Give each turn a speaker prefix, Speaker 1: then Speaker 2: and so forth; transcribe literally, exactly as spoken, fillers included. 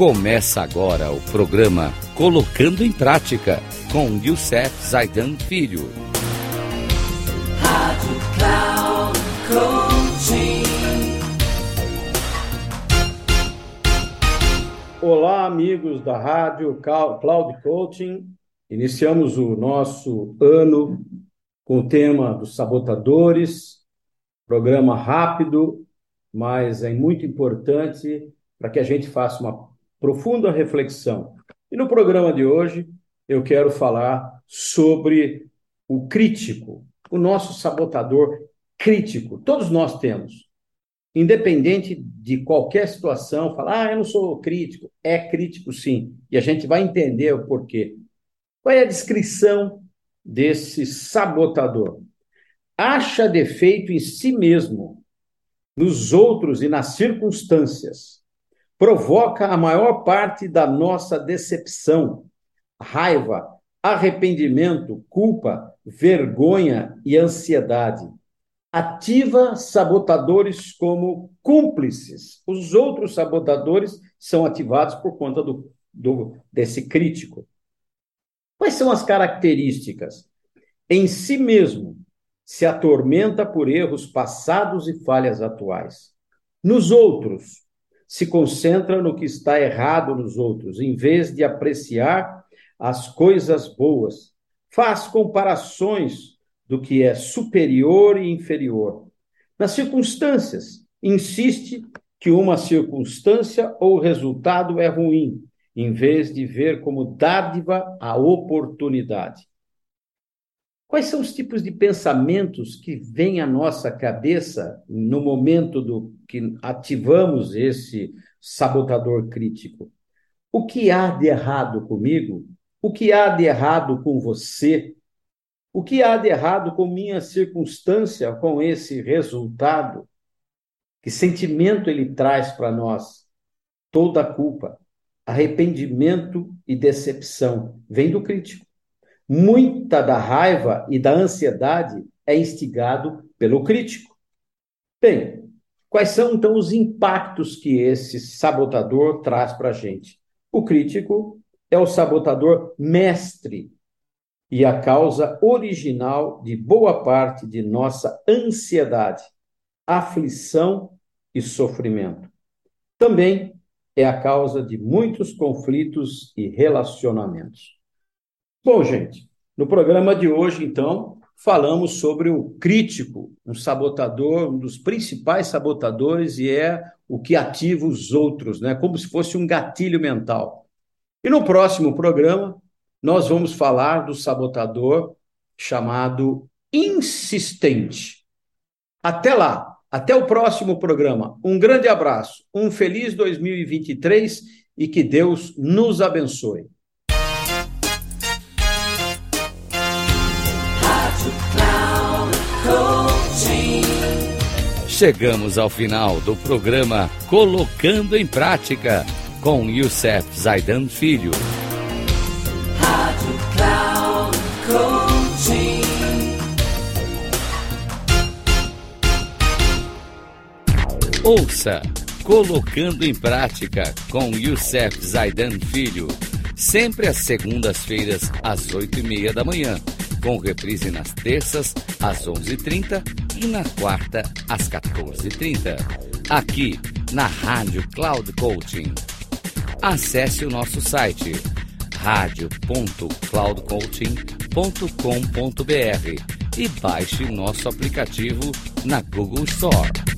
Speaker 1: Começa agora o programa Colocando em Prática, com Youssef Zaidan Filho.
Speaker 2: Rádio Cloud Coaching. Olá, amigos da Rádio Cloud Coaching. Iniciamos o nosso ano com o tema dos sabotadores. Programa rápido, mas é muito importante para que a gente faça uma profunda reflexão. E no programa de hoje eu quero falar sobre o crítico, o nosso sabotador crítico. Todos nós temos, independente de qualquer situação, falar, ah, eu não sou crítico. É crítico sim, e a gente vai entender o porquê. Qual é a descrição desse sabotador? Acha defeito em si mesmo, nos outros e nas circunstâncias. Provoca a maior parte da nossa decepção, raiva, arrependimento, culpa, vergonha e ansiedade. Ativa sabotadores como cúmplices. Os outros sabotadores são ativados por conta do, do, desse crítico. Quais são as características? Em si mesmo, se atormenta por erros passados e falhas atuais. Nos outros, se concentra no que está errado nos outros, em vez de apreciar as coisas boas. Faz comparações do que é superior e inferior. Nas circunstâncias, insiste que uma circunstância ou resultado é ruim, em vez de ver como dádiva a oportunidade. Quais são os tipos de pensamentos que vêm à nossa cabeça no momento do que ativamos esse sabotador crítico? O que há de errado comigo? O que há de errado com você? O que há de errado com minha circunstância, com esse resultado? Que sentimento ele traz para nós? Toda a culpa, arrependimento e decepção vem do crítico. Muita da raiva e da ansiedade é instigado pelo crítico. Bem, quais são então os impactos que esse sabotador traz para a gente? O crítico é o sabotador mestre e a causa original de boa parte de nossa ansiedade, aflição e sofrimento. Também é a causa de muitos conflitos e relacionamentos. Bom, gente, no programa de hoje, então, falamos sobre o crítico, um sabotador, um dos principais sabotadores, e é o que ativa os outros, né? Como se fosse um gatilho mental. E no próximo programa, nós vamos falar do sabotador chamado insistente. Até lá, até o próximo programa. Um grande abraço, um feliz dois mil e vinte e três e que Deus nos abençoe.
Speaker 1: Chegamos ao final do programa Colocando em Prática, com Youssef Zaidan Filho. Rádio Cloud Coaching. Ouça Colocando em Prática, com Youssef Zaidan Filho, sempre às segundas-feiras, às oito e meia da manhã, com reprise nas terças, às onze e trinta e na quarta, às quatorze e trinta, aqui na Rádio Cloud Coaching. Acesse o nosso site rádio ponto cloud coaching ponto com ponto b r e baixe nosso aplicativo na Google Store.